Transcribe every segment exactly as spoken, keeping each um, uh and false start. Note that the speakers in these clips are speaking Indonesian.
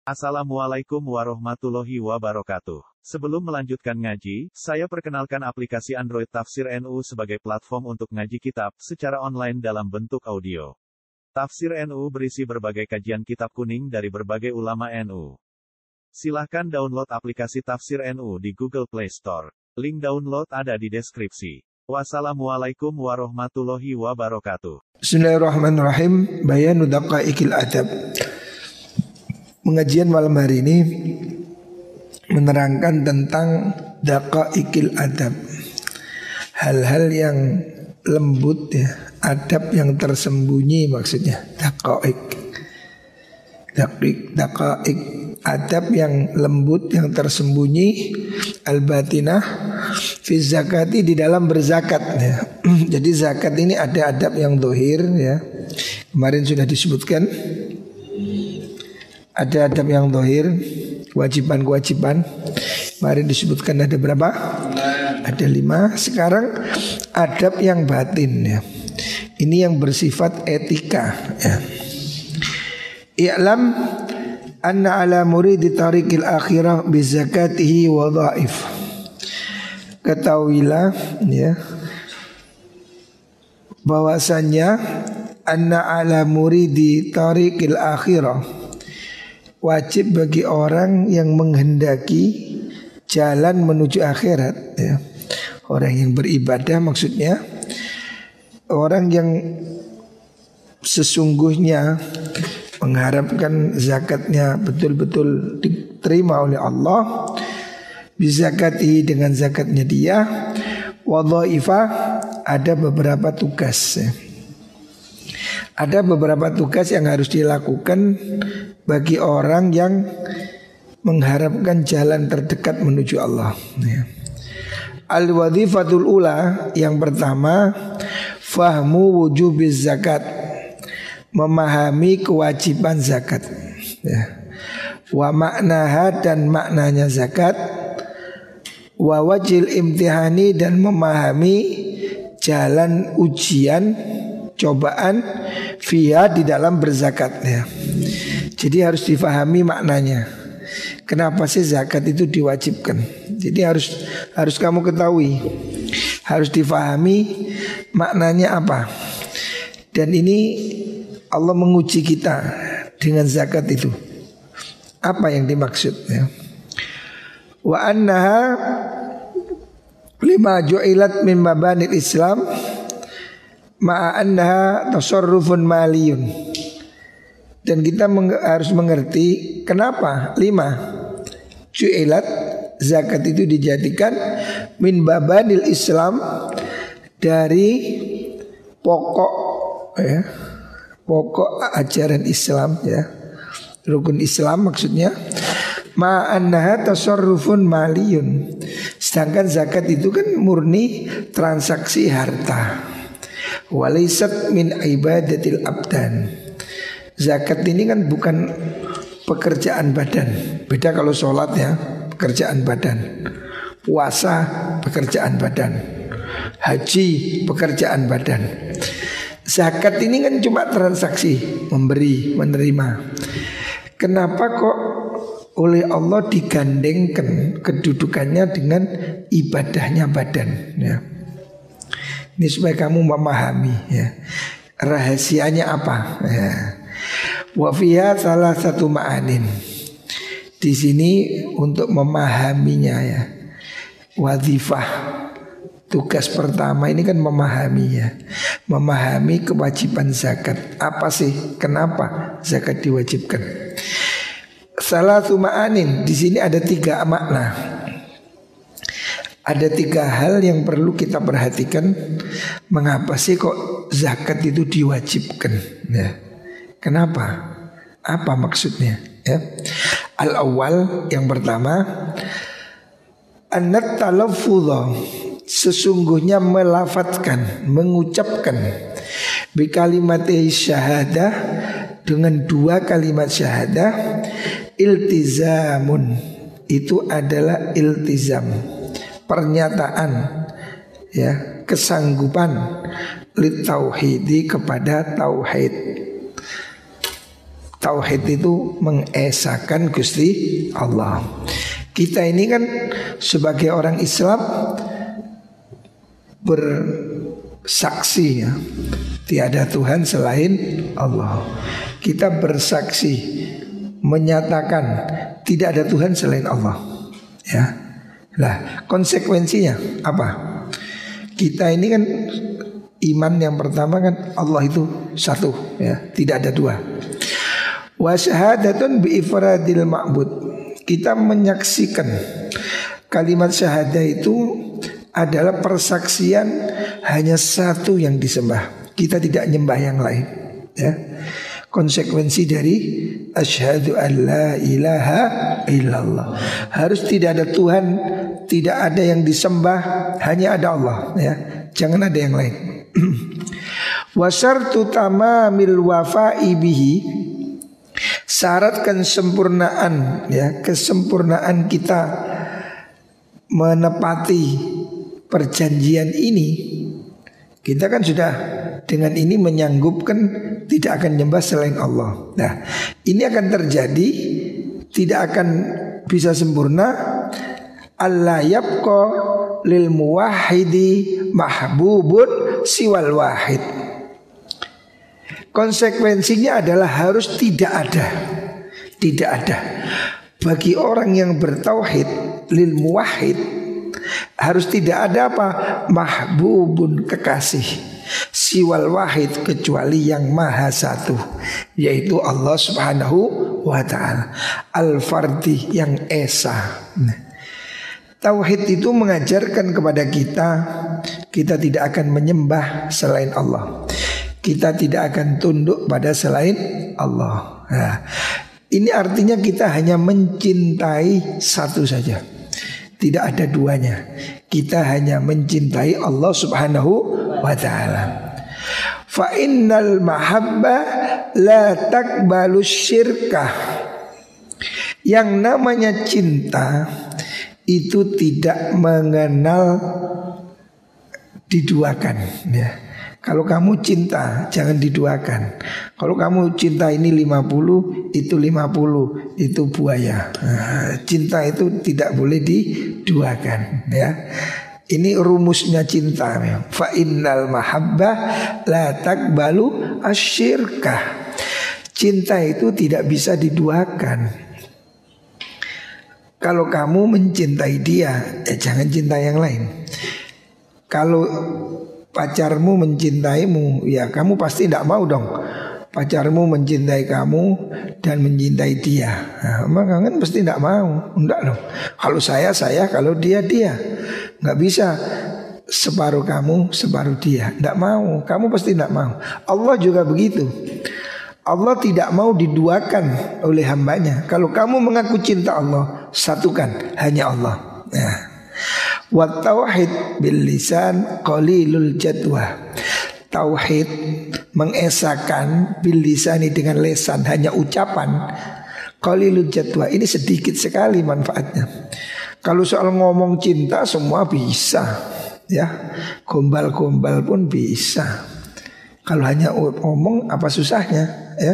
Assalamualaikum warahmatullahi wabarakatuh. Sebelum melanjutkan ngaji, saya perkenalkan aplikasi Android Tafsir N U sebagai platform untuk ngaji kitab secara online dalam bentuk audio. Tafsir N U berisi berbagai kajian kitab kuning dari berbagai ulama N U. Silahkan download aplikasi Tafsir N U di Google Play Store. Link download ada di deskripsi. Wassalamualaikum warahmatullahi wabarakatuh. Bismillahirrahmanirrahim. Bayanu daqaiqil adab. Pengajian malam hari ini menerangkan tentang daqaiqil adab. Hal-hal yang lembut ya, adab yang tersembunyi maksudnya. Daqaiq. Daqiq, daqaiq, adab yang lembut yang tersembunyi, al-batinah fi zakati, di dalam berzakat ya. Jadi zakat ini ada adab yang zahir ya. Kemarin sudah disebutkan. Ada adab yang zahir, kewajiban-kewajiban. Kemarin disebutkan ada berapa? Ada lima. Sekarang adab yang batin ya. Ini yang bersifat etika ya. I'lam anna ala muridi tariqil akhirah bi zakatihi wa dhaif. Ketahuilah ya, bahwasannya anna ala muridi tariqil akhirah, wajib bagi orang yang menghendaki jalan menuju akhirat ya. Orang yang beribadah maksudnya, orang yang sesungguhnya mengharapkan zakatnya betul-betul diterima oleh Allah, bizakati, dengan zakatnya dia, wadhaifah, ada beberapa tugas ya. Ada beberapa tugas yang harus dilakukan bagi orang yang mengharapkan jalan terdekat menuju Allah ya. Al-wadhifatul ula, yang pertama, fahmu wujubiz zakat, memahami kewajiban zakat ya. Wa maknaha, dan maknanya zakat. Wa wajil imtihani, dan memahami jalan ujian, cobaan, fiha, di dalam berzakat ya. Jadi harus difahami maknanya. Kenapa sih zakat itu diwajibkan? Jadi harus harus kamu ketahui, harus difahami maknanya apa. Dan ini Allah menguji kita dengan zakat itu. Apa yang dimaksud ya? Wa annaha lima ju'ilat min mabanil Islam ma'a annaha tasarrufun maliyun. Dan kita meng- harus mengerti kenapa lima ju'ilat, zakat itu dijadikan min mabanil Islam, dari pokok ya, pokok ajaran Islam ya, rukun Islam maksudnya. Ma'annaha tasarrufun maliyun, sedangkan zakat itu kan murni transaksi harta. Walaysat min ibadatil abdan. Zakat ini kan bukan pekerjaan badan. Beda kalau sholat ya, pekerjaan badan. Puasa pekerjaan badan. Haji pekerjaan badan. Zakat ini kan cuma transaksi, memberi, menerima. Kenapa kok oleh Allah digandengkan kedudukannya dengan ibadahnya badan ya? Ini supaya kamu memahami ya, rahasianya apa ya. Wa fiha salah satu ma'anin. Di sini untuk memahaminya ya. Wadhifah, tugas pertama ini kan memahami ya, memahami kewajiban zakat. Apa sih? Kenapa zakat diwajibkan? Salah satu ma'anin, di sini ada tiga makna. Ada tiga hal yang perlu kita perhatikan. Mengapa sih kok zakat itu diwajibkan ya? Kenapa? Apa maksudnya ya? Al-awwal, yang pertama, annat talaffudha, sesungguhnya melafatkan, mengucapkan, bi kalimati syahadah, dengan dua kalimat syahadah, iltizamun, itu adalah iltizam, pernyataan ya, kesanggupan, litauhidi, kepada tauhid. Tauhid itu mengesahkan Gusti Allah. Kita ini kan sebagai orang Islam bersaksi ya, tiada Tuhan selain Allah. Kita bersaksi menyatakan tidak ada Tuhan selain Allah. Ya. Nah, konsekuensinya apa? Kita ini kan iman yang pertama kan Allah itu satu ya, tidak ada dua. Wa syahadatun bi ifradil ma'bud. Kita menyaksikan kalimat syahadah itu adalah persaksian hanya satu yang disembah. Kita tidak nyembah yang lain ya. Konsekuensi dari asyhadu an la ilaha illallah, harus tidak ada Tuhan, tidak ada yang disembah, hanya ada Allah ya. Jangan ada yang lain. Wa syartu tamamil wafa'i bihi, syarat kesempurnaan ya, kesempurnaan kita menepati perjanjian ini. Kita kan sudah dengan ini menyanggupkan tidak akan nyembah selain Allah. Nah, ini akan terjadi, tidak akan bisa sempurna. Allah yabqa lil muwahhidi mahbubun siwal wahid. Konsekuensinya adalah harus tidak ada, tidak ada bagi orang yang bertauhid lil muwahhid, harus tidak ada apa? Mahbubun, kekasih, siwal wahid, kecuali yang maha satu, yaitu Allah subhanahu wa ta'ala, al-fardi, yang esa. Nah, tauhid itu mengajarkan kepada kita, kita tidak akan menyembah selain Allah, kita tidak akan tunduk pada selain Allah. Nah, ini artinya kita hanya mencintai satu saja, tidak ada duanya. Kita hanya mencintai Allah subhanahu wa ta'ala. Fa innal mahabbah la takbalu syirkah. Yang namanya cinta itu tidak mengenal diduakan ya. Kalau kamu cinta jangan diduakan. Kalau kamu cinta ini lima puluh, itu lima puluh, itu buaya. Nah, cinta itu tidak boleh diduakan ya. Ini rumusnya cinta. Fa innal mahabbah la takbalu asyirkah. Cinta itu tidak bisa diduakan. Kalau kamu mencintai dia, eh, jangan cinta yang lain. Kalau pacarmu mencintaimu, ya kamu pasti tidak mau dong pacarmu mencintai kamu dan mencintai dia. Nah, maka kan pasti tidak mau, enggak dong. Kalau saya saya, kalau dia dia, nggak bisa separuh kamu separuh dia, tidak mau. Kamu pasti tidak mau. Allah juga begitu. Allah tidak mau diduakan oleh hambanya. Kalau kamu mengaku cinta Allah, satukan hanya Allah. Nah, wa tauhid bil lisan qalilul jadwa. Tauhid mengesahkan bil lisani dengan lesan, hanya ucapan, qalilul jadwa, ini sedikit sekali manfaatnya. Kalau soal ngomong cinta semua bisa ya, gombal-gombal pun bisa. Kalau hanya ngomong apa susahnya ya.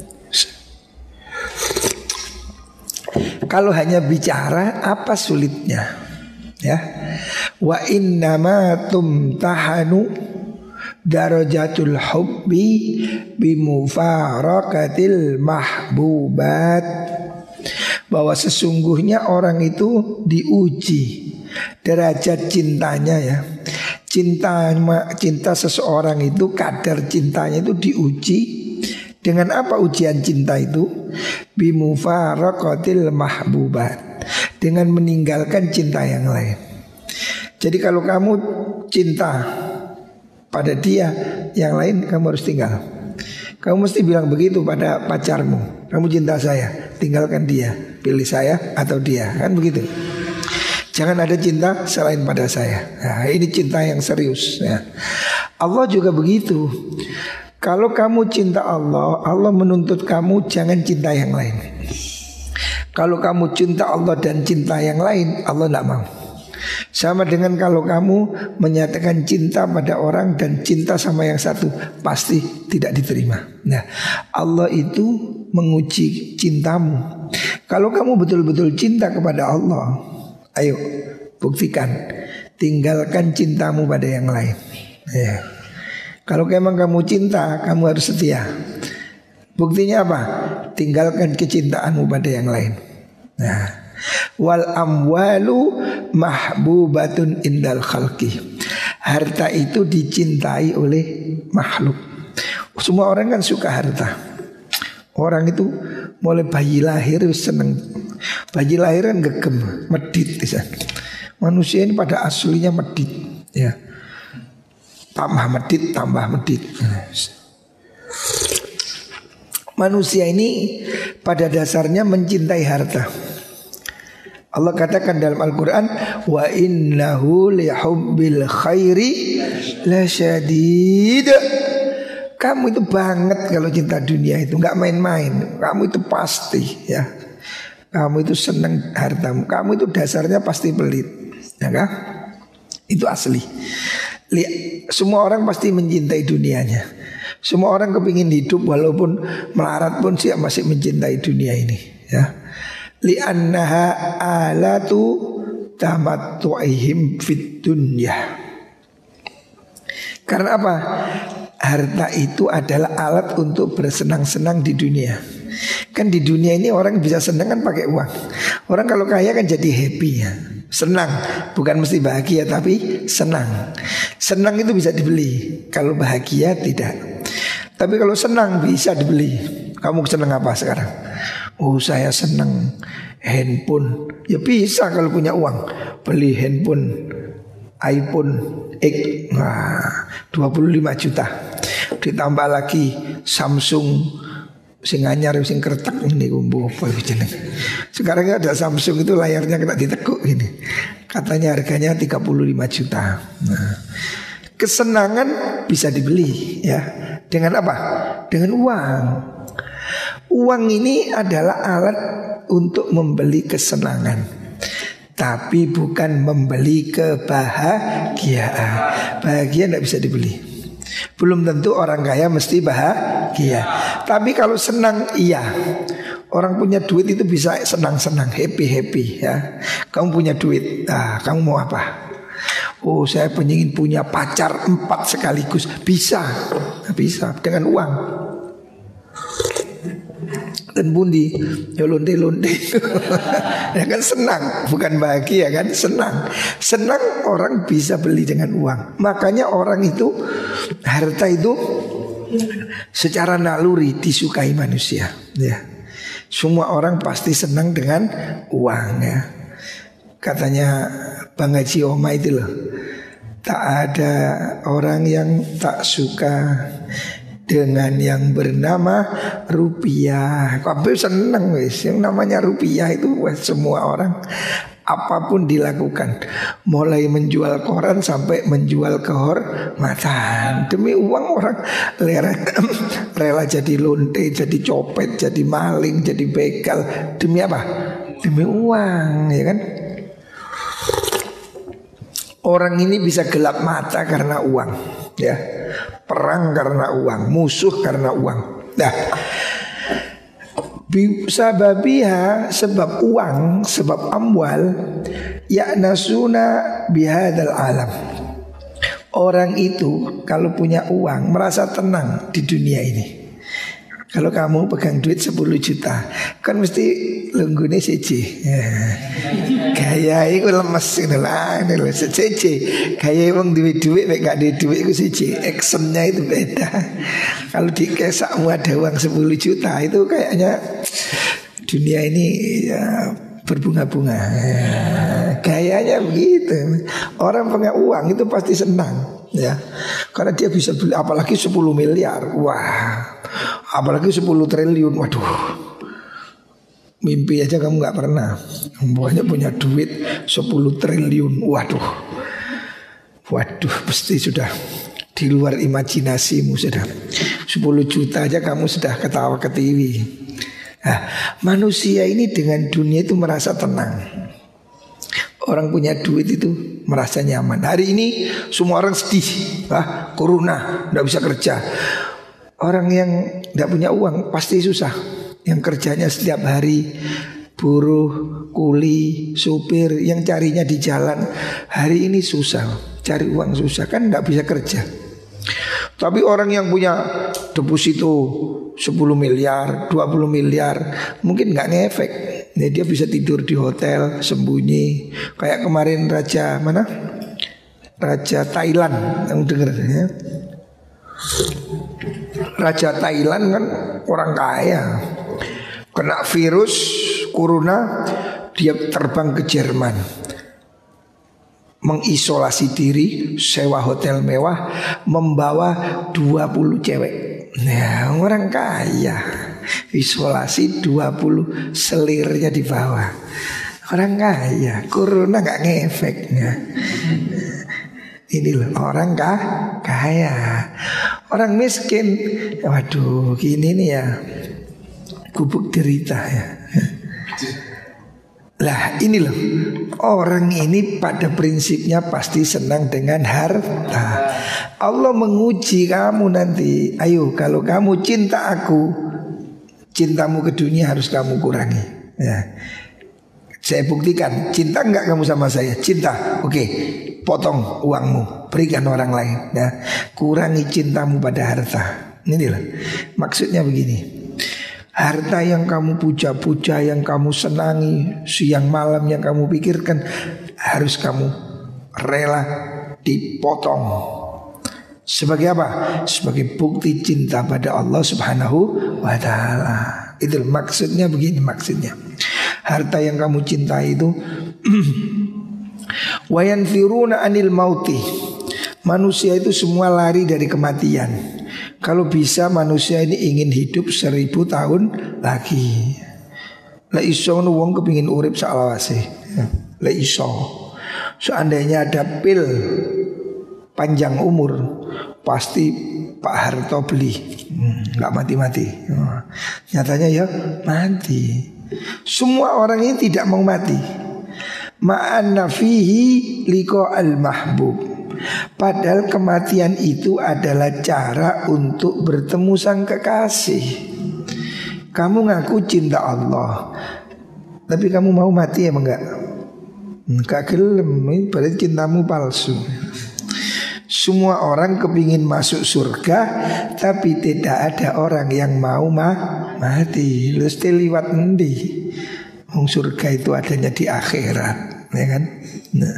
Kalau hanya bicara apa sulitnya ya. Wa innama tumtahanu darajatul hubbi bimufaraqatil mahbubat. Bahwa sesungguhnya orang itu diuji derajat cintanya ya. Cinta cinta seseorang itu, kadar cintanya itu diuji dengan apa ujian cinta itu? Bimufaraqatil mahbubat, dengan meninggalkan cinta yang lain. Jadi kalau kamu cinta pada dia, yang lain kamu harus tinggal. Kamu mesti bilang begitu pada pacarmu, kamu cinta saya, tinggalkan dia, pilih saya atau dia, kan begitu. Jangan ada cinta selain pada saya. Nah, ini cinta yang serius ya. Allah juga begitu. Kalau kamu cinta Allah, Allah menuntut kamu jangan cinta yang lain. Kalau kamu cinta Allah dan cinta yang lain, Allah tidak mau. Sama dengan kalau kamu menyatakan cinta pada orang dan cinta sama yang satu, pasti tidak diterima. Nah, Allah itu menguji cintamu. Kalau kamu betul-betul cinta kepada Allah, ayo buktikan, tinggalkan cintamu pada yang lain. Ya. Kalau memang kamu cinta, kamu harus setia. Buktinya apa? Tinggalkan kecintaanmu pada yang lain. Nah, wal amwalu mahbubatun indal khalqi. Harta itu dicintai oleh makhluk. Semua orang kan suka harta. Orang itu mulai bayi lahir seneng. Bayi lahir kan gegem, medit bisa. Manusia ini pada aslinya medit, ya. Tambah medit, tambah medit. Manusia ini pada dasarnya mencintai harta. Allah katakan dalam Al-Quran, wa innahu lihubbil khairi lasyadid. Kamu itu banget kalau cinta dunia itu, nggak main-main. Kamu itu pasti, ya. Kamu itu senang hartamu. Kamu itu dasarnya pasti pelit, ya kan? Itu asli. Lihat, semua orang pasti mencintai dunianya. Semua orang kepingin hidup walaupun melarat pun siap masih mencintai dunia ini, ya. Li'annaha alatu tamattu'ihim fid dunya. Karena apa? Harta itu adalah alat untuk bersenang-senang di dunia. Kan di dunia ini orang bisa senang kan pakai uang. Orang kalau kaya kan jadi happy, ya. Senang, bukan mesti bahagia tapi senang. Senang itu bisa dibeli. Kalau bahagia tidak. Tapi kalau senang bisa dibeli. Kamu senang apa sekarang? Oh, saya senang handphone. Ya bisa kalau punya uang. Beli handphone iPhone X, nah, dua puluh lima juta. Ditambah lagi Samsung sing anyar sing kertek ini kumbu apa jeneng. Sekarang ada Samsung itu layarnya kena ditekuk gini. Katanya harganya tiga puluh lima juta. Nah, kesenangan bisa dibeli, ya. Dengan apa? Dengan uang. Uang ini adalah alat untuk membeli kesenangan, tapi bukan membeli kebahagiaan. Bahagia tidak bisa dibeli. Belum tentu orang kaya mesti bahagia. Tapi kalau senang, iya. Orang punya duit itu bisa senang-senang, happy-happy, ya. Kamu punya duit, nah, kamu mau apa? Oh, saya pengen punya pacar empat sekaligus. Bisa, bisa dengan uang. Dan bundi, ya londe-londe. Ya kan senang, bukan bahagia kan, senang. Senang orang bisa beli dengan uang. Makanya orang itu, harta itu secara naluri disukai manusia, ya. Semua orang pasti senang dengan uang, ya. Katanya Bang Haji Oma itu loh, tak ada orang yang tak suka dengan yang bernama rupiah. Kabeh seneng wis. Yang namanya rupiah itu wes, semua orang apapun dilakukan, mulai menjual koran sampai menjual kehormatan. Demi uang orang rela, rela jadi lonte, jadi copet, jadi maling, jadi begal. Demi apa? Demi uang, ya kan? Orang ini bisa gelap mata karena uang, ya. Perang karena uang, musuh karena uang. Nah, bisababiha, sebab uang, sebab amwal, ya'nasuna bihadal alam. Orang itu kalau punya uang merasa tenang di dunia ini. Kalau kamu pegang duit sepuluh juta, kan mesti lenggune siji. Ya. Gaya itu lemes gitu lah, ini loh siji. Gaya wong duit-duit mek gak duit duit itu siji. Actionnya itu beda. Kalau di kesakmu ada uang sepuluh juta, itu kayaknya dunia ini ya berbunga-bunga. Ya. Gayanya begitu. Orang punya uang itu pasti senang, ya. Karena dia bisa beli apalagi sepuluh miliar. Wah. Apalagi sepuluh triliun. Waduh, mimpi aja kamu gak pernah. Pokoknya punya duit sepuluh triliun. Waduh, waduh, pasti sudah di luar imajinasimu sudah. Sepuluh juta aja kamu sudah ketawa ketiwi. Nah, manusia ini dengan dunia itu merasa tenang. Orang punya duit itu merasa nyaman. Hari ini semua orang sedih, ah, corona, tidak bisa kerja. Orang yang tidak punya uang pasti susah. Yang kerjanya setiap hari, buruh, kuli, supir, yang carinya di jalan, hari ini susah, cari uang susah, kan tidak bisa kerja. Tapi orang yang punya deposito sepuluh miliar, dua puluh miliar, mungkin nggak ngefek. Ya, dia bisa tidur di hotel sembunyi. Kayak kemarin Raja mana? Raja Thailand, yang dengar ya. Raja Thailand kan orang kaya, kena virus corona, dia terbang ke Jerman, mengisolasi diri, sewa hotel mewah, membawa dua puluh cewek. Nah, orang kaya isolasi dua puluh, selirnya di bawah. Orang kaya, corona gak ngefeknya. Ini loh orang kah? Kaya. Orang miskin, waduh gini nih ya, gubuk derita ya. Lah ini loh, orang ini pada prinsipnya pasti senang dengan harta. Allah menguji kamu nanti. Ayo kalau kamu cinta aku, cintamu ke dunia harus kamu kurangi ya. Saya buktikan, cinta enggak kamu sama saya? Cinta, oke, potong uangmu, berikan orang lain ya. Kurangi cintamu pada harta. Ini lah maksudnya begini. Harta yang kamu puja-puja, yang kamu senangi, siang malam yang kamu pikirkan, harus kamu rela dipotong. Sebagai apa? Sebagai bukti cinta pada Allah Subhanahu wa ta'ala. Itu maksudnya begini maksudnya. Harta yang kamu cintai itu wa yanfiruna anil mauti. Manusia itu semua lari dari kematian. Kalau bisa manusia ini ingin hidup seribu tahun lagi. La iso wong kepingin urip salawase. La iso. Seandainya ada pil panjang umur, pasti Pak Harto beli, hmm, gak mati-mati. Oh, nyatanya ya mati. Semua orang ini tidak mau mati. Ma'anna fihi liqa al-mahbub. Padahal kematian itu adalah cara untuk bertemu sang kekasih. Kamu ngaku cinta Allah, tapi kamu mau mati emang enggak? Enggak gelem, berarti cintamu palsu. Semua orang kepingin masuk surga, tapi tidak ada orang yang mau ma- mati. Lu still liwat endi? Wong surga itu adanya di akhirat, ya kan? Nah,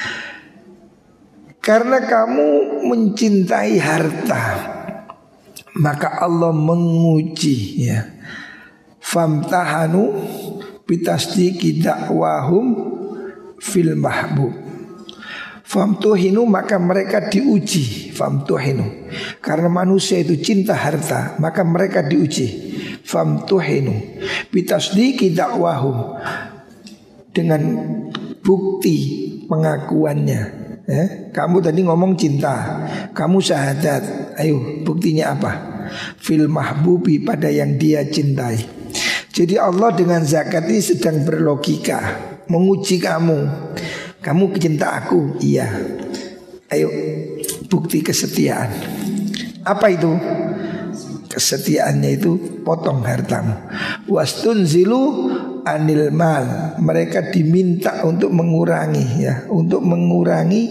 karena kamu mencintai harta, maka Allah menguji ya. Famtahanu bitasdiqi da'wahum fil mahbub. Famtuhinu, maka mereka diuji. Famtuhinu, karena manusia itu cinta harta, maka mereka diuji. Famtuhinu bitasdiqi da'wahum, dengan bukti pengakuannya ya. Kamu tadi ngomong cinta, kamu syahadat, ayo buktinya apa? Fil mahbubi, pada yang dia cintai. Jadi Allah dengan zakat ini sedang berlogika, menguji kamu. Kamu cinta aku? Iya. Ayo bukti kesetiaan. Apa itu? Kesetiaannya itu potong hartamu. Wastunzilu anil mal. Mereka diminta untuk mengurangi ya, untuk mengurangi,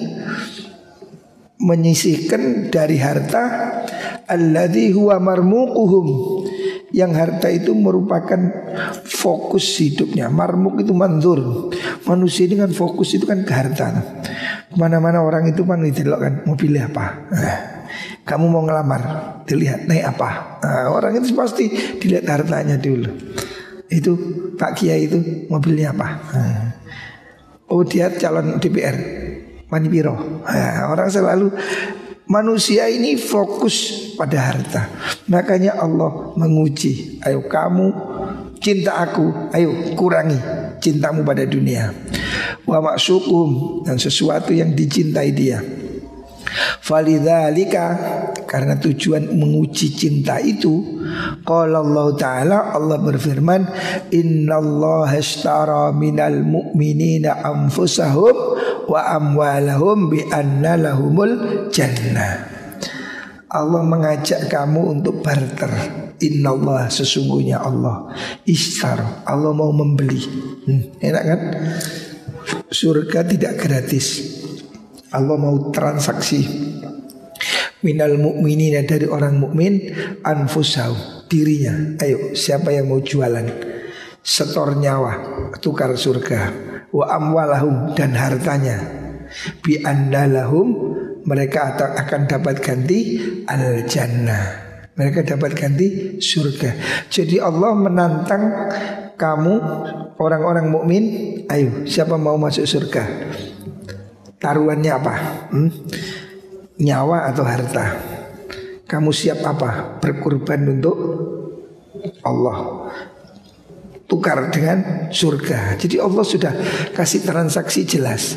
menyisihkan dari harta alladzi huwa marmuquhum, yang harta itu merupakan fokus hidupnya. Marmuk itu manzur. Manusia ini kan fokus itu kan ke harta. Kemana-mana orang itu kan didelok kan, mau pilih apa? Nah, kamu mau ngelamar, dilihat naik apa? Nah, orang itu pasti dilihat hartanya dulu. Itu Pak Kiai itu mobilnya apa? Nah, oh dia calon D P R, manipiro. Nah, orang selalu, manusia ini fokus pada harta. Makanya Allah menguji. Ayo kamu cinta aku, ayo kurangi cintamu pada dunia. Wa maksukum, dan sesuatu yang dicintai dia. Falidzalika, karena tujuan menguji cinta itu, qala Allah Ta'ala, Allah berfirman, innallaha ashtara minal mu'minina anfusahum wa amwalahum bi anna lahumul jannah. Allah mengajak kamu untuk barter. Innallah, sesungguhnya Allah ishtara, Allah mau membeli. hmm, Enak kan? Surga tidak gratis. Allah mau transaksi. Minal mu'minina, dari orang mukmin, anfusahum, dirinya. Ayo, siapa yang mau jualan? Setor nyawa, tukar surga. Wa amwalahum, dan hartanya. Bi andalahum, mereka akan dapat ganti al jannah, mereka dapat ganti surga. Jadi Allah menantang kamu, orang-orang mukmin, ayo, siapa mau masuk surga? Taruhannya apa? Hmm? Nyawa atau harta? Kamu siap apa? Berkorban untuk Allah, tukar dengan surga. Jadi Allah sudah kasih transaksi jelas.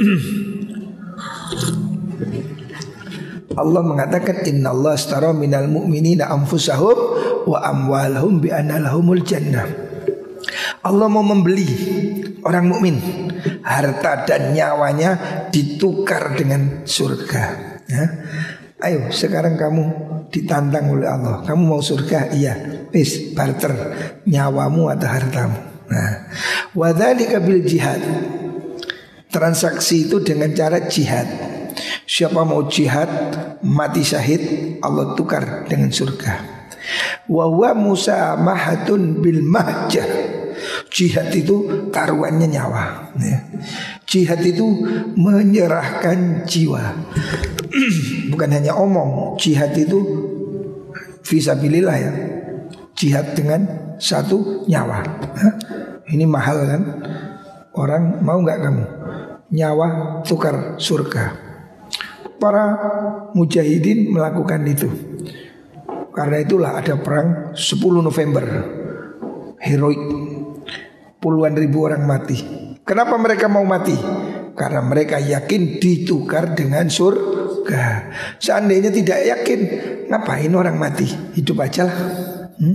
Allah mengatakan innallaha ashtara minal mu'minina anfusahum wa amwalahum bi anna lahumul jannah. Allah mau membeli orang mukmin, harta dan nyawanya ditukar dengan surga, ya. Ayo, sekarang kamu ditantang oleh Allah. Kamu mau surga? Iya. Wis, barter nyawamu atau hartamu. Nah, wadzalika bil jihad. Transaksi itu dengan cara jihad. Siapa mau jihad, mati syahid, Allah tukar dengan surga. Wa huwa musamahatun bil mahjah. Jihad itu taruhannya nyawa, ya. Jihad itu menyerahkan jiwa. Bukan hanya omong. Jihad itu fisabilillah, ya. Jihad dengan satu nyawa. Hah? Ini mahal kan? Orang mau gak kamu? Nyawa tukar surga. Para mujahidin melakukan itu. Karena itulah ada perang sepuluh November, heroik. Puluhan ribu orang mati. Kenapa mereka mau mati? Karena mereka yakin ditukar dengan surga. Seandainya tidak yakin, ngapain orang mati? Hidup aja lah. hmm?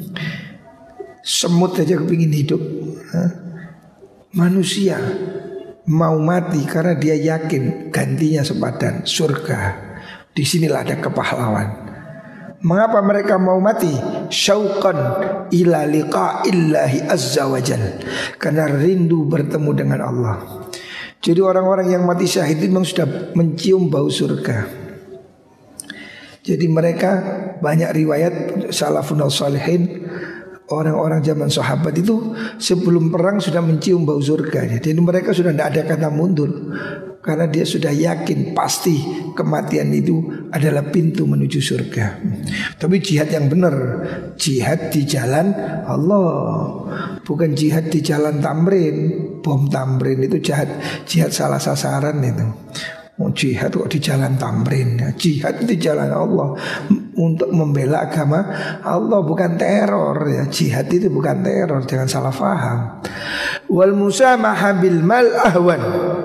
Semut aja kepingin hidup. Hah? Manusia mau mati karena dia yakin gantinya sepadan surga. Disinilah ada kepahlawan. Mengapa mereka mau mati? Syauqan ila liqa'illahi azza wa jal, karena rindu bertemu dengan Allah. Jadi orang-orang yang mati syahid itu memang sudah mencium bau surga. Jadi mereka, banyak riwayat salafun al-salihin, orang-orang zaman sahabat itu sebelum perang sudah mencium bau surga. Jadi mereka sudah tidak ada kata mundur, karena dia sudah yakin pasti kematian itu adalah pintu menuju surga. Tapi jihad yang benar, jihad di jalan Allah, bukan jihad di jalan Tamrin, bom Tamrin itu jihad, jihad salah sasaran itu. Mau jihad kok di jalan Tamrin, jihad di jalan Allah untuk membela agama Allah, bukan teror, ya. Jihad itu bukan teror, jangan salah faham. Wal musamaha bil mal ahwan.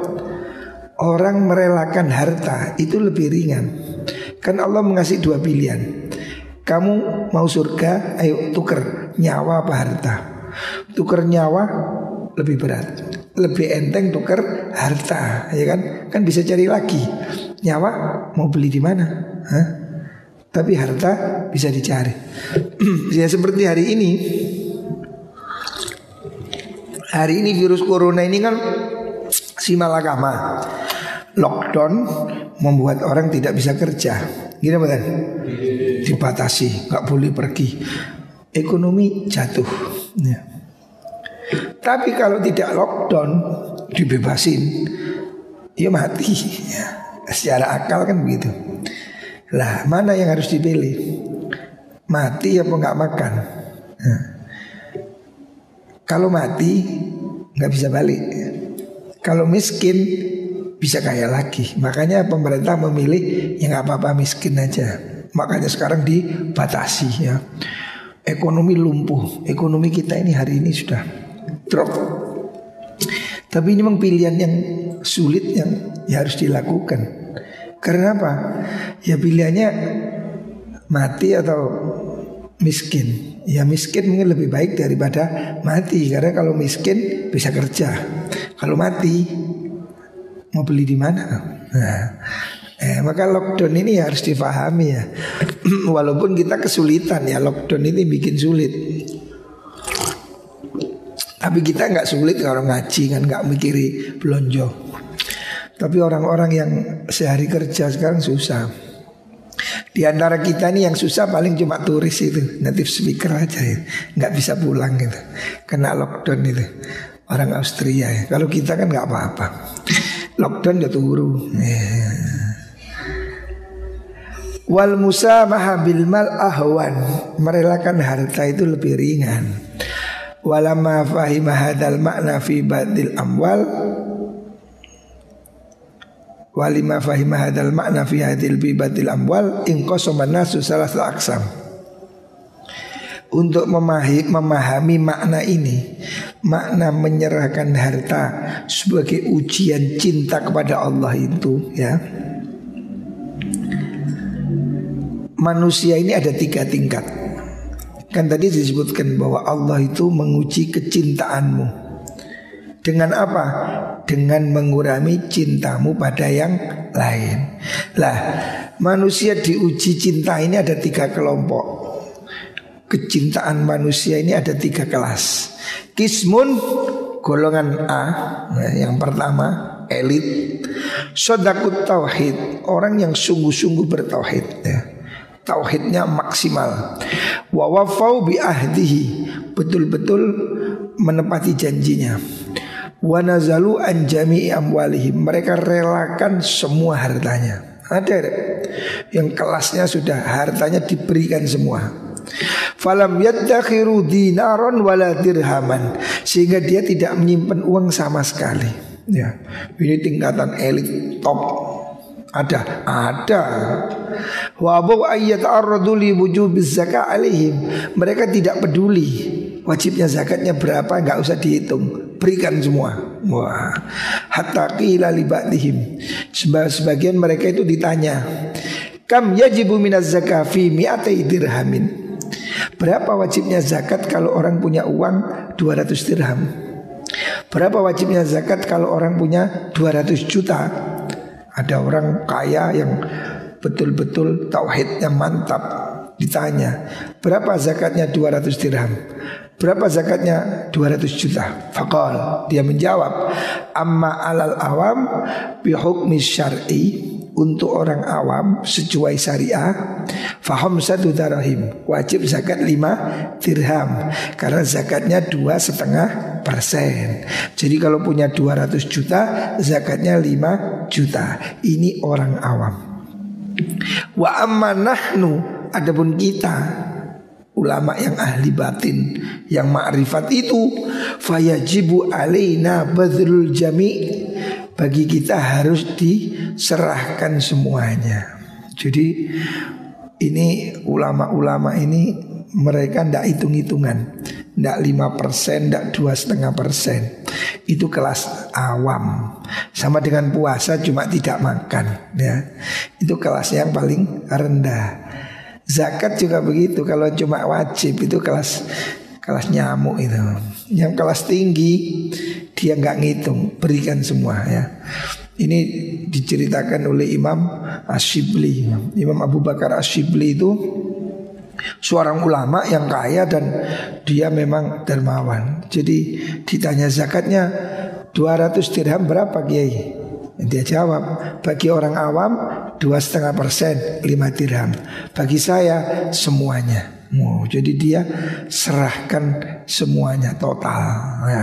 Orang merelakan harta itu lebih ringan. Kan Allah mengasih dua pilihan. Kamu mau surga, ayo tuker nyawa apa harta. Tuker nyawa lebih berat, lebih enteng tuker harta, ya kan? Kan bisa cari lagi. Nyawa mau beli di mana? Hah? Tapi harta bisa dicari. Ya seperti hari ini. Hari ini virus corona ini kan simalakama. Lockdown membuat orang tidak bisa kerja. Gini betul? Dibatasi, nggak boleh pergi. Ekonomi jatuh, ya. Tapi kalau tidak lockdown, dibebasin, ya mati, ya. Secara akal kan begitu. Lah mana yang harus dipilih? Mati apa nggak makan? Nah, kalau mati nggak bisa balik. Kalau miskin bisa kaya lagi. Makanya pemerintah memilih yang nggak apa-apa miskin aja. Makanya sekarang dibatasi, ya. Ekonomi lumpuh. Ekonomi kita ini hari ini sudah drop. Tapi ini memang pilihan yang sulit yang ya harus dilakukan. Karena apa? Ya pilihannya mati atau miskin. Ya miskin mungkin lebih baik daripada mati. Karena kalau miskin bisa kerja. Kalau mati mau beli di mana? Nah, eh, maka lockdown ini harus difahami ya. Walaupun kita kesulitan ya, lockdown ini bikin sulit. Tapi kita nggak sulit kalau ngaji kan, nggak mikiri belonjo. Tapi orang-orang yang sehari kerja sekarang susah. Di antara kita ini yang susah paling cuma turis itu, native speaker aja ya, nggak bisa pulang gitu, kena lockdown itu. Orang Austria ya. Kalau kita kan nggak apa-apa. Lockdown ya turu. Ya. Wal musamaha bil mal ahwan, merelakan harta itu lebih ringan. Walamma fahima hadal makna fi badil amwal, walima fahima hadal makna fi hadil bi badil amwal inqasama nasu salasa aqsam. Untuk memahami, memahami makna ini, makna menyerahkan harta sebagai ujian cinta kepada Allah itu ya, manusia ini ada tiga tingkat. Kan tadi disebutkan bahwa Allah itu menguji kecintaanmu. Dengan apa? Dengan mengurangi cintamu pada yang lain. Lah, manusia diuji cinta ini ada tiga kelompok. Kecintaan manusia ini ada tiga kelas. Kismun, golongan A, nah, yang pertama elit. Sodakut tauhid, orang yang sungguh-sungguh bertauhid ya. Tauhidnya maksimal. Wa wafau bi ahdihi, betul-betul menepati janjinya. Wa nazalu an jami'i amwalihim, mereka relakan semua hartanya. Ada yang kelasnya sudah hartanya diberikan semua. Falam yadakhiru dinaron wala dirhaman, sehingga dia tidak menyimpan uang sama sekali. Ya, ini tingkatan elit top. Ada, ada. Wa abu ayyat ar-raduli wujubiz zakat alaihim, mereka tidak peduli wajibnya zakatnya berapa, enggak usah dihitung, berikan semua. Wah, hatta qila li ba'dihim, sebagian mereka itu ditanya, kam yajibu minaz zakah fi mi'atai dirhamin, berapa wajibnya zakat kalau orang punya uang dua ratus dirham? Berapa wajibnya zakat kalau orang punya dua ratus juta? Ada orang kaya yang betul-betul tauhidnya mantap, ditanya, berapa zakatnya dua ratus dirham? Berapa zakatnya dua ratus juta? Faqal, dia menjawab, amma alal awam bi hukmi syar'i, untuk orang awam sesuai syariah, faham satu darahim, wajib zakat lima dirham, karena zakatnya dua setengah persen. Jadi kalau punya dua ratus juta, zakatnya lima juta. Ini orang awam. Wa amma nahnu, adapun kita ulama yang ahli batin, yang ma'rifat itu, fayajibu alaina badrul jami', bagi kita harus diserahkan semuanya. Jadi ini ulama-ulama ini mereka ndak hitung-hitungan, ndak lima persen, ndak dua setengah persen. Itu kelas awam. Sama dengan puasa cuma tidak makan ya. Itu kelas yang paling rendah. Zakat juga begitu, kalau cuma wajib itu kelas kelas nyamuk itu. Yang kelas tinggi dia nggak ngitung, berikan semua ya. Ini diceritakan oleh Imam Ash-Shibli. Imam Abu Bakar Ash-Shibli itu seorang ulama yang kaya dan dia memang dermawan. Jadi ditanya zakatnya dua ratus dirham berapa Kiai? Dia jawab, bagi orang awam dua setengah persen lima dirham. Bagi saya semuanya. Oh, jadi dia serahkan semuanya total ya.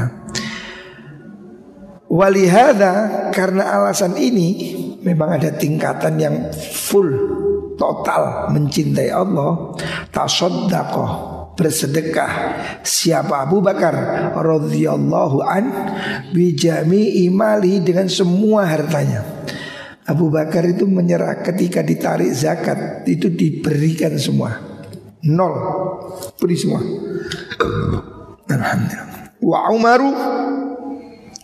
Walihada, karena alasan ini memang ada tingkatan yang full total mencintai Allah. Tasaddaqah, bersedekah siapa Abu Bakar radhiyallahu an bijami imali, dengan semua hartanya. Abu Bakar itu menyerah ketika ditarik zakat, itu diberikan semua, nol, beri semua. Alhamdulillah. Wa Umaru,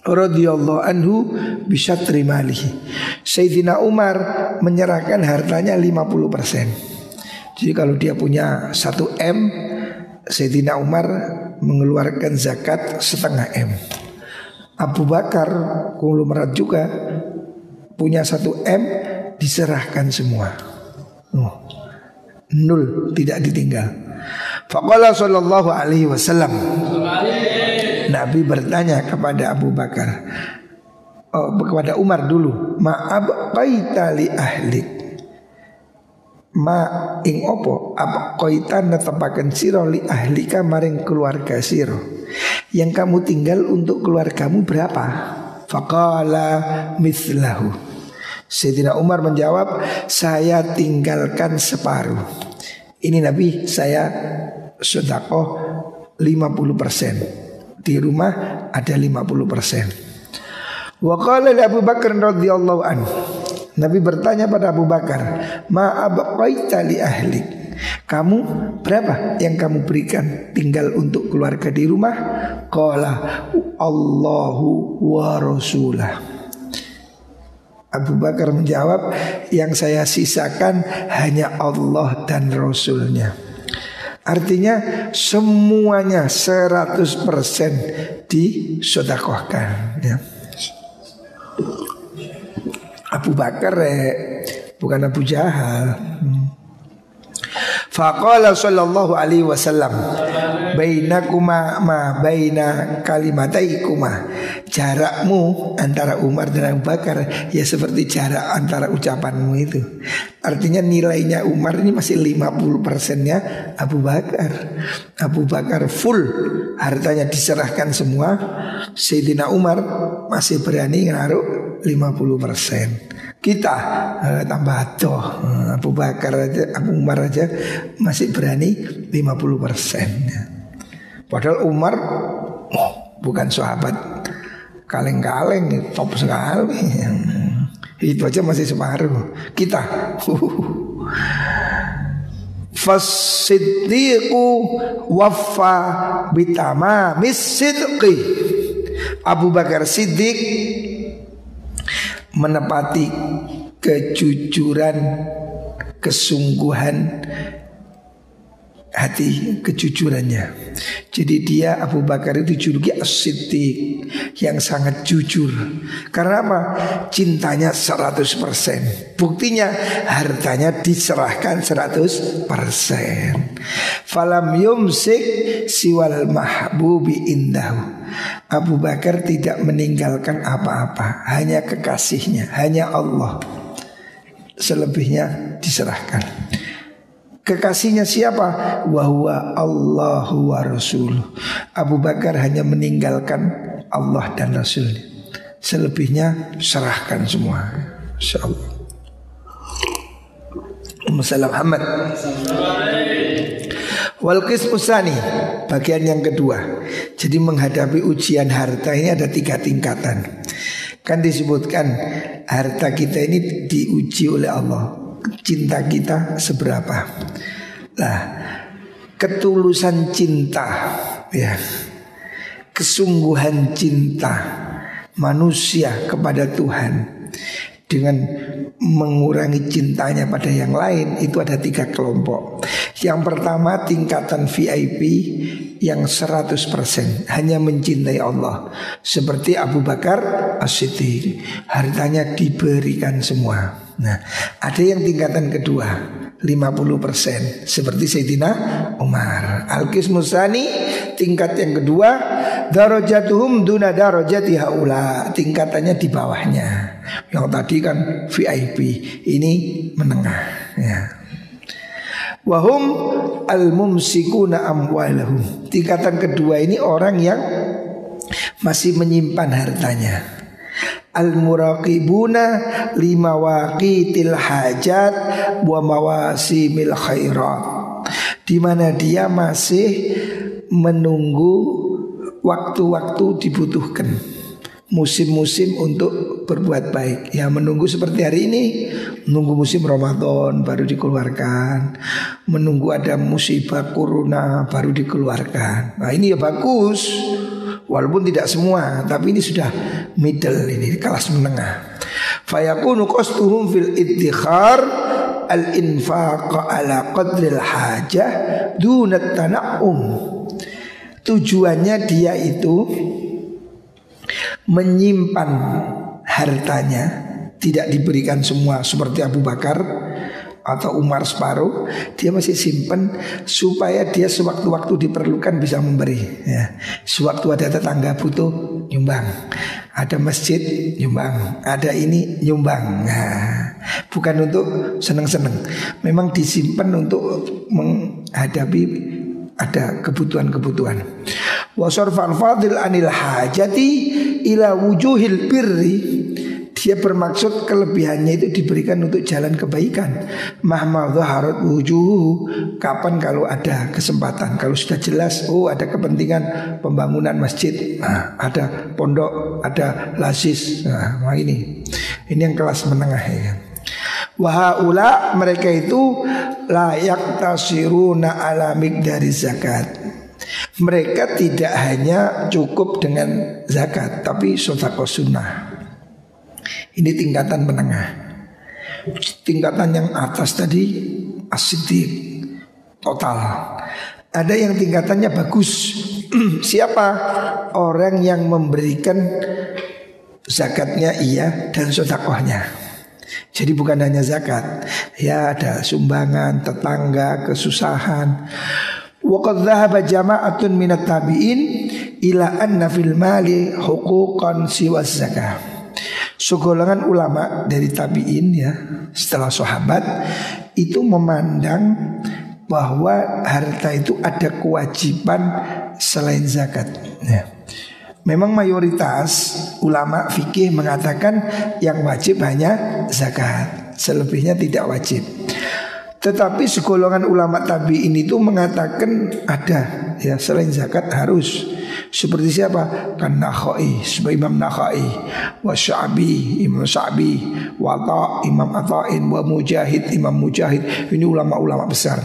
radhiyallahu anhu bisyatri malihi. Sayyidina Umar menyerahkan hartanya lima puluh persen. Jadi kalau dia punya satu M, Sayyidina Umar mengeluarkan zakat setengah M. Abu Bakar konglomerat juga punya satu M, diserahkan semua. Oh, nol, tidak ditinggal. Faqala sallallahu alaihi wasallam, Nabi bertanya kepada Abu Bakar, oh, kepada Umar dulu, ma'abqaita li ahlik, ma ing opo abqaita netepaken sira li ahlika maring keluarga sira, yang kamu tinggal untuk keluargamu berapa? Faqala mithlahu. Sayyidina Umar menjawab, saya tinggalkan separuh. Ini Nabi, saya sedekah lima puluh persen. Di rumah ada lima puluh persen. Wa qala li Abu Bakar radhiyallahu anhu, Nabi bertanya pada Abu Bakar, ma abqaita li ahlik, kamu berapa yang kamu berikan tinggal untuk keluarga di rumah? Qala Allahu wa rasulah. Abu Bakar menjawab, yang saya sisakan hanya Allah dan Rasulnya. Artinya semuanya seratus persen disedekahkan, ya. Abu Bakar eh, bukan Abu Jahal. Faqala sallallahu alaihi wasallam, bainakuma ma baina kalimataikuma, jarakmu antara Umar dan Abu Bakar ya seperti jarak antara ucapanmu itu. Artinya nilainya Umar ini masih lima puluh persennya Abu Bakar. Abu Bakar full, hartanya diserahkan semua. Sayyidina Umar masih berani ngaruh lima puluh persen. Kita eh, tambah toh, Abu Bakar aja, Abu Umar aja masih berani lima puluh persen. Padahal Umar oh, bukan sahabat kaleng-kaleng, top sekali. Itu aja masih separuh. Kita uh. Fasiddiqu waffa bitamamis sidqi. Abu Bakar Siddiq menepati kejujuran, kesungguhan hati, kejujurannya. Jadi dia Abu Bakar itu dijuluki As-Siddiq, yang sangat jujur. Karena apa? Cintanya seratus persen. Buktinya hartanya diserahkan seratus persen. Falam yumsik siwal mahbubi indahu. Abu Bakar tidak meninggalkan apa-apa, hanya kekasihnya, hanya Allah. Selebihnya diserahkan. Kekasihnya siapa? Wahuwa Allahu wa Rasuluh. Abu Bakar hanya meninggalkan Allah dan Rasulnya. Selebihnya serahkan semua. InsyaAllah. Muhammad Muhammad. Wal qismu tsani, bagian yang kedua. Jadi menghadapi ujian harta ini ada tiga tingkatan. Kan disebutkan harta kita ini diuji oleh Allah. Cinta kita seberapa? Nah, ketulusan cinta, ya, kesungguhan cinta manusia kepada Tuhan dengan mengurangi cintanya pada yang lain, itu ada tiga kelompok. Yang pertama tingkatan V I P yang seratus persen hanya mencintai Allah, seperti Abu Bakar As-Siddiq, hartanya diberikan semua. Nah, ada yang tingkatan kedua lima puluh persen seperti Sayyidina Umar. Al-Qismu tsani, tingkat yang kedua, darajatuhum duna darajati haula, tingkatannya di bawahnya. Yang tadi kan V I P, ini menengah, ya. Wahum al-mumsikuna amwalahum. Tingkatan kedua ini orang yang masih menyimpan hartanya. Al-muraqibuna lima waqitil hajat wa mawasimil khairat, di mana dia masih menunggu waktu-waktu dibutuhkan, musim-musim untuk berbuat baik. Ya, menunggu seperti hari ini, menunggu musim Ramadan baru dikeluarkan, menunggu ada musibah corona baru dikeluarkan. Nah, ini ya bagus. Walaupun tidak semua, tapi ini sudah middle, ini kelas menengah. Fayakunu qastuhum fil iddikhar al-infaq ala qadril hajah dunat tana'um. Tujuannya dia itu menyimpan hartanya, tidak diberikan semua seperti Abu Bakar atau Umar separuh, dia masih simpan supaya dia sewaktu-waktu diperlukan bisa memberi ya. Sewaktu ada tetangga butuh, nyumbang. Ada masjid, nyumbang. Ada ini, nyumbang. Nah, bukan untuk seneng-seneng, memang disimpan untuk menghadapi ada kebutuhan-kebutuhan. Wa sarfal fadil anil hajati ila wujuhil birri. Dia bermaksud kelebihannya itu diberikan untuk jalan kebaikan. Mahma dhaharat wujuhu, kapan kalau ada kesempatan, kalau sudah jelas oh ada kepentingan pembangunan masjid, nah, ada pondok, ada lasis. Nah, nah ini ini yang kelas menengah ya. Wahaula mereka itu layak tasiruna ala miqdari zakat. Mereka tidak hanya cukup dengan zakat, tapi sedekah sunnah. Ini tingkatan menengah. Tingkatan yang atas tadi as-siddiq total. Ada yang tingkatannya bagus. Siapa? Orang yang memberikan zakatnya iya dan sedekahnya. Jadi bukan hanya zakat, ya ada sumbangan, tetangga, kesusahan. Wa qad dhahaba jama'atun minat tabi'in ila anna fil mali huquqan siwa zakah. Segolongan ulama dari tabi'in ya setelah sahabat itu memandang bahwa harta itu ada kewajiban selain zakat ya. Memang mayoritas ulama fikih mengatakan yang wajib hanya zakat, selebihnya tidak wajib. Tetapi segolongan ulama tabi'in itu mengatakan ada ya selain zakat harus. Seperti siapa? Kan Nakhai, sebagai Imam Nakhai, wa Sya'bi, Imam Sya'bi, wa Atha, Imam Atha'in, wa Mujahid, Imam Mujahid. Ini ulama-ulama besar.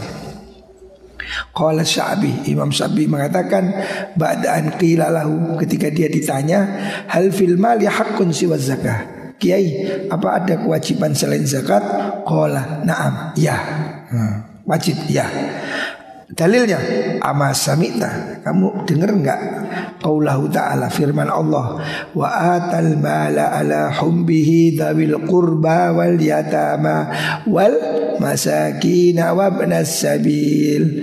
Qala Sya'bi, Imam Sya'bi mengatakan ba'da'an qila lahu, ketika dia ditanya hal fil mali haqqun siwa zakah. Kiai, apa ada kewajiban selain zakat? Qala na'am, ya. Hmm, wajib, ya. Dalilnya ama samita, kamu dengar enggak qaulahu ta'ala, firman Allah, wa atal mala ala humbihi dzawil qurba wal yatama wal masakin wa ibnas sabil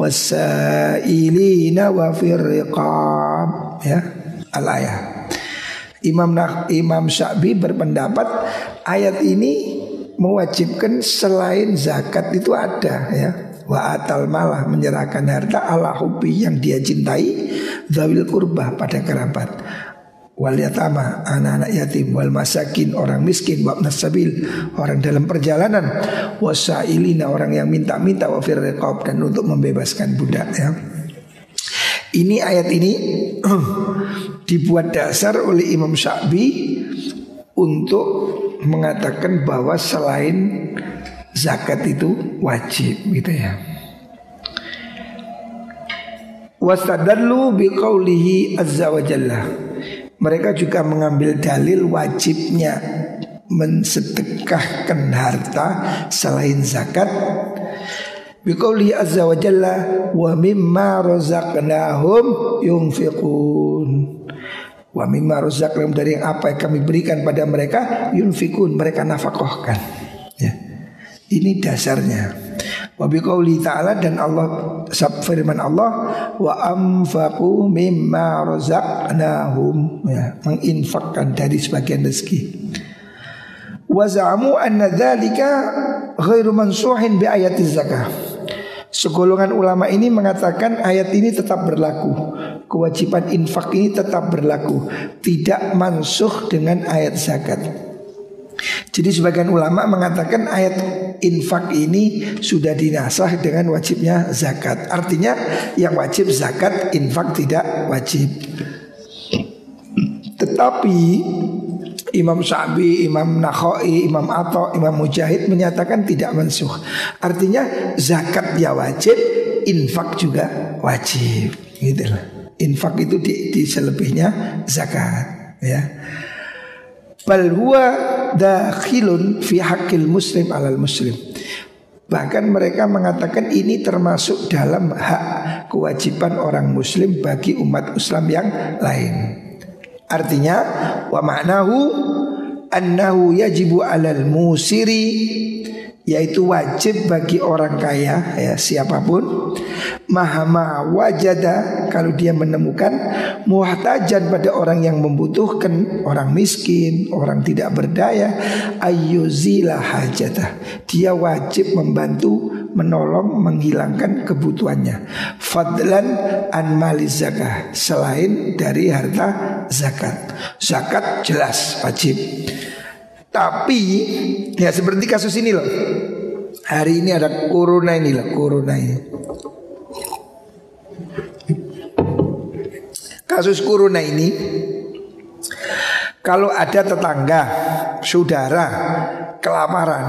wasailina wa fir riqab ya al-ayah. Imam Imam Sya'bi berpendapat ayat ini mewajibkan selain zakat itu ada ya. Wa atal malah menyerahkan harta ala hubbi yang dia cintai, zawil kurba pada kerabat, wal yatama anak-anak yatim, wal masakin orang miskin, wa ibnas sabil orang dalam perjalanan, wasailina orang yang minta-minta, wa fir riqab dan untuk membebaskan budak ya. Ini ayat ini dibuat dasar oleh Imam Sya'bi untuk mengatakan bahwa selain zakat itu wajib gitu ya. Wastadallu biqaulihi azza wa jalla. Mereka juga mengambil dalil wajibnya mensedekahkan harta selain zakat. Biqaulihi azza wa jalla wa mimma razaqnahum yunfiqun. Wa mimma razaqnahum, dari yang apa yang kami berikan pada mereka, yunfikun, mereka nafkahkan ya. Ini dasarnya. Wa biqauli ta'ala, dan Allah firman Allah, wa anfaqu mimma razaqnahum ya, menginfakkan dari sebagian rezeki. Wa za'amu anna dzalika ghairu mansuhin bi ayati zakah. Segolongan ulama ini mengatakan ayat ini tetap berlaku, kewajiban infak ini tetap berlaku, tidak mansuh dengan ayat zakat. Jadi sebagian ulama mengatakan ayat infak ini sudah dinasah dengan wajibnya zakat. Artinya yang wajib zakat, infak tidak wajib. Tetapi Imam Sya'bi, Imam Nakhai, Imam Atha, Imam Mujahid menyatakan tidak mansuh. Artinya zakat ya wajib, infak juga wajib. Gitu lah. infak itu di, di selebihnya zakat ya. Bal huwa dakhilun fi haqqil muslim alal muslim. Bahkan mereka mengatakan ini termasuk dalam hak kewajiban orang muslim bagi umat Islam yang lain. Artinya wa ma'nahu annahu yajibu alal musiri, yaitu wajib bagi orang kaya ya siapapun, mahama wajada, kalau dia menemukan muhtajan pada orang yang membutuhkan, orang miskin, orang tidak berdaya, ayyuzila hajatah, dia wajib membantu, menolong, menghilangkan kebutuhannya, fadlan an mali zakah, selain dari harta zakat. Zakat jelas wajib. Tapi ya seperti kasus ini loh. Hari ini ada corona ini loh, corona ini. Kasus corona ini, kalau ada tetangga, saudara kelaparan,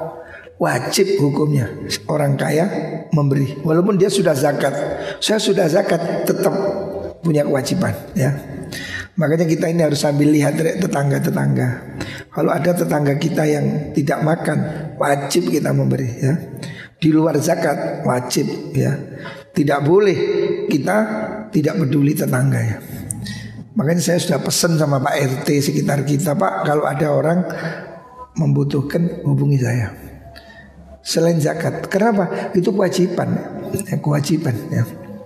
wajib hukumnya orang kaya memberi. Walaupun dia sudah zakat. Saya sudah zakat, tetap punya kewajiban ya. Makanya kita ini harus sambil lihat tetangga-tetangga. Kalau ada tetangga kita yang tidak makan, wajib kita memberi ya. Di luar zakat wajib ya. Tidak boleh kita tidak peduli tetangga ya. Makanya saya sudah pesan sama Pak R T sekitar kita, Pak, kalau ada orang membutuhkan hubungi saya. Selain zakat, kenapa? Itu kewajiban ya, kewajiban ya.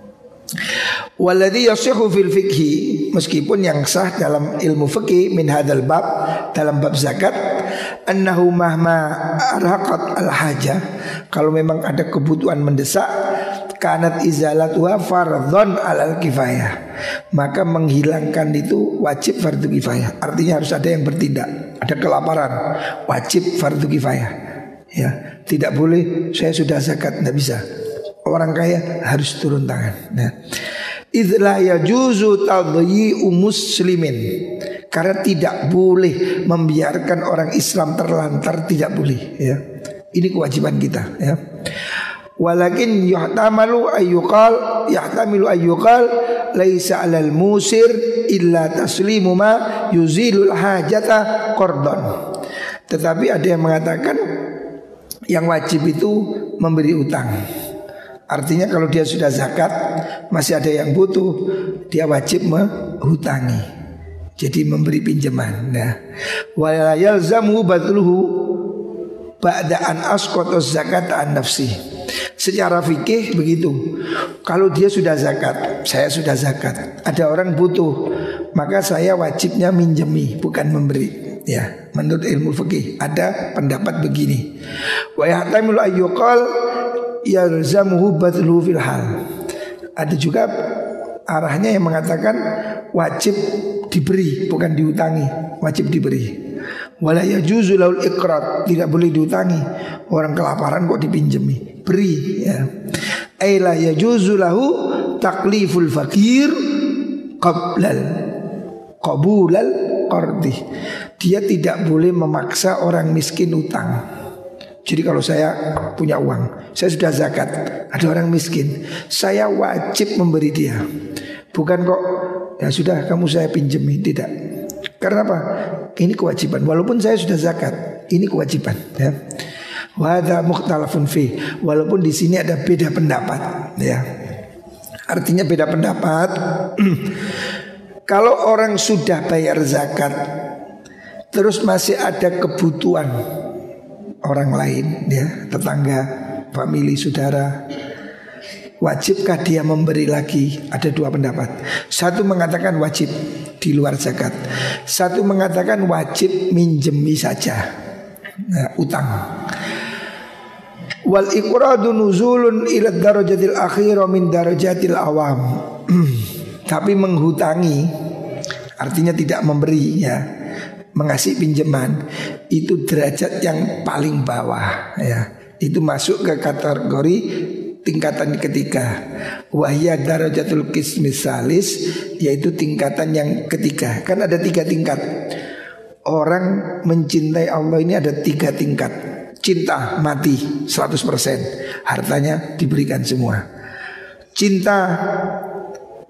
Walladhi yasihu fil fikhi, meskipun yang sah dalam ilmu fikih min hadzal bab, dalam bab zakat, annahu mahma arhaqat al hajah, kalau memang ada kebutuhan mendesak, kanat izalatuha fardhon alal kifayah, maka menghilangkan itu wajib fardu kifayah. Artinya harus ada yang bertindak. Ada kelaparan, wajib fardu kifayah ya. Tidak boleh saya sudah zakat, tidak bisa. Orang kaya harus turun tangan. Nah, idla yajuzu tadyi'u muslimin, karena tidak boleh membiarkan orang Islam terlantar, tidak boleh ya. Ini kewajiban kita ya. Walakin yuhtamalu ayyuqal yahtamilu ayyuqal laisa 'alal musir illa taslimu ma yuzilul hajata qardon. Tetapi ada yang mengatakan yang wajib itu memberi utang. Artinya kalau dia sudah zakat, masih ada yang butuh, dia wajib menghutangi. Jadi memberi pinjaman. Nah, wa yalzamu badluhu ba'da an asqata zakat an nafsi. Secara fikih begitu. Kalau dia sudah zakat, saya sudah zakat, ada orang butuh, maka saya wajibnya minjemi, bukan memberi. Ya, menurut ilmu fikih ada pendapat begini. Wa yahtamilu ayyuqal yalzamuhu badluhu fil hal. Ada juga arahnya yang mengatakan wajib diberi, bukan diutangi, wajib diberi. Wala yajuzu laul iqrad, tidak boleh diutangi. Orang kelaparan kok dipinjemi, beri ya. Ai la yajuzu lahu takliful fakir qablal qabulal qardi. Dia tidak boleh memaksa orang miskin utang. Jadi kalau saya punya uang, saya sudah zakat, ada orang miskin, saya wajib memberi dia. Bukan kok ya sudah kamu saya pinjemi, tidak. Karena apa? Ini kewajiban. Walaupun saya sudah zakat, ini kewajiban ya. Wa hadza mukhtalafun fi. Walaupun di sini ada beda pendapat ya. Artinya beda pendapat. Kalau orang sudah bayar zakat, terus masih ada kebutuhan orang lain ya, tetangga, famili, saudara, wajibkah dia memberi lagi? Ada dua pendapat. Satu mengatakan wajib di luar zakat, satu mengatakan wajib minjemi saja, nah, utang. Wal iqradu nuzulun ila darajatil akhirah min darajatil awam. Tapi menghutangi artinya tidak memberi ya, mengasih pinjaman, itu derajat yang paling bawah ya. Itu masuk ke kategori tingkatan ketiga. Wahya darajatul qismis salis, yaitu tingkatan yang ketiga. Kan ada tiga tingkat. Orang mencintai Allah ini ada tiga tingkat. Cinta mati seratus persen, hartanya diberikan semua. Cinta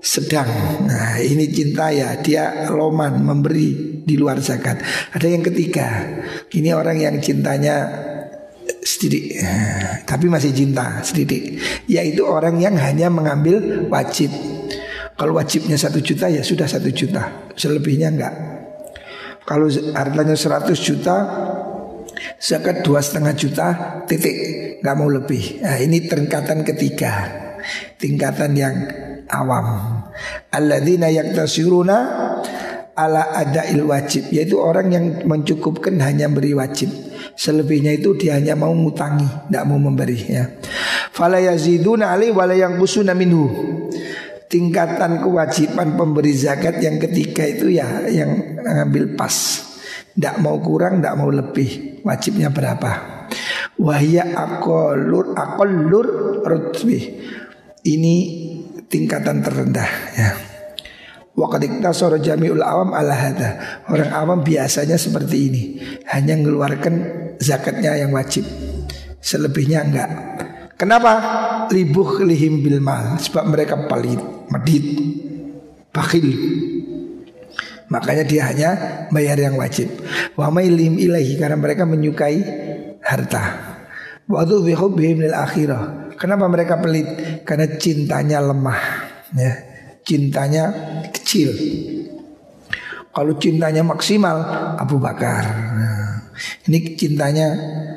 sedang. Nah ini cinta ya, dia loman memberi di luar zakat. Ada yang ketiga, ini orang yang cintanya sedikit tapi masih cinta sedikit, yaitu orang yang hanya mengambil wajib. Kalau wajibnya satu juta ya sudah satu juta, selebihnya enggak. Kalau hartanya seratus juta, zakat dua setengah juta, titik, nggak mau lebih. Nah, ini tingkatan ketiga, tingkatan yang awam. Alladzina yaktasiruna ala adail wajib, yaitu orang yang mencukupkan hanya beri wajib. Selebihnya itu dia hanya mau ngutangi, tidak mau memberi ya. Fala yaziduna alaihi wala yanqusuna minhu. Tingkatan kewajiban pemberi zakat yang ketiga itu ya yang ngambil pas, tidak mau kurang, tidak mau lebih. Wajibnya berapa? Wahya aqallur aqallur rutbih. Ini tingkatan terendah ya. Wa qad iktasara jami'ul awam ala hadza. Orang awam biasanya seperti ini, hanya mengeluarkan zakatnya yang wajib, selebihnya enggak. Kenapa? Libuh lihim bil mal, sebab mereka pelit, medit, bakhil. Makanya dia hanya bayar yang wajib. Wa mailim ilahi, karena mereka menyukai harta. Wa dhuhibihim lil akhirah. Kenapa mereka pelit? Karena cintanya lemah ya. Cintanya kecil. Kalau cintanya maksimal, Abu Bakar. Nah, ini cintanya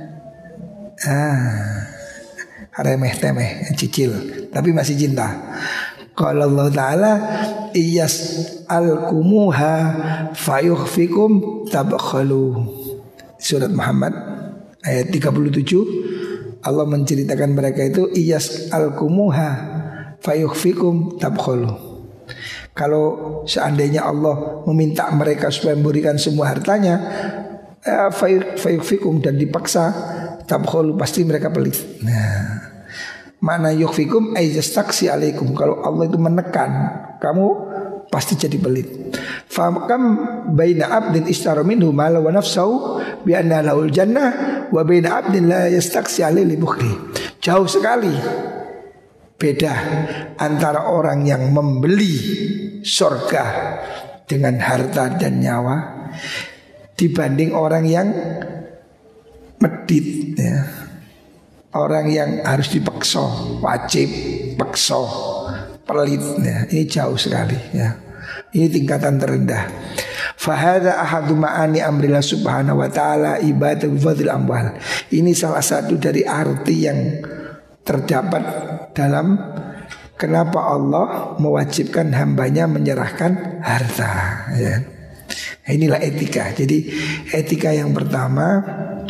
ah, remeh temeh, cicil, tapi masih cinta. Kalau Allah Ta'ala iyas al-kumuha fayukhfikum tabakhalu. Surat Muhammad ayat tiga puluh tujuh, Allah menceritakan mereka itu iyas al-kumuha fayukhfikum tabakhalu. Kalau seandainya Allah meminta mereka supaya memberikan semua hartanya, fayukhfikum, dan dipaksa, tabkhulu, pasti mereka pelit. Nah, mana yukhfikum ayyastaksi alaikum, kalau Allah itu menekan kamu pasti jadi pelit. Fakam baina abdin ishtara minhu mala wa nafsahu bi anna lahul jannah wa baina abdin la yastaksi alaihi bukhli. Jauh sekali beda antara orang yang membeli surga dengan harta dan nyawa dibanding orang yang medit ya. Orang yang harus dipaksa, wajib, paksa, pelit ya. Ini jauh sekali ya. Ini tingkatan terendah. Fahada ahadu ma'ani amrillah subhanahu wa ta'ala ibadah bifadil amwal. Ini salah satu dari arti yang terdapat dalam kenapa Allah mewajibkan hambanya menyerahkan harta ya. Inilah etika. Jadi etika yang pertama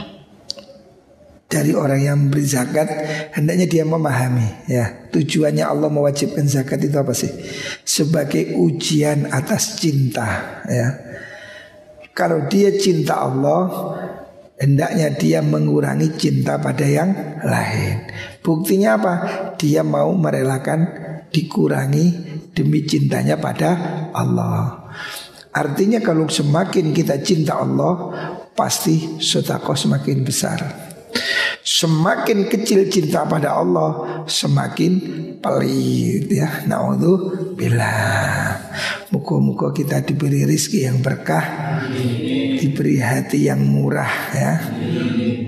dari orang yang beri zakat, hendaknya dia memahami ya, tujuannya Allah mewajibkan zakat itu apa sih? Sebagai ujian atas cinta ya. Kalau dia cinta Allah, hendaknya dia mengurangi cinta pada yang lain. Buktinya apa? Dia mau merelakan dikurangi demi cintanya pada Allah. Artinya kalau semakin kita cinta Allah, pasti sedekah semakin besar. Semakin kecil cinta pada Allah, semakin pelit ya. Naudzubillah. Muka-muka kita diberi rizki yang berkah, diberi hati yang murah ya.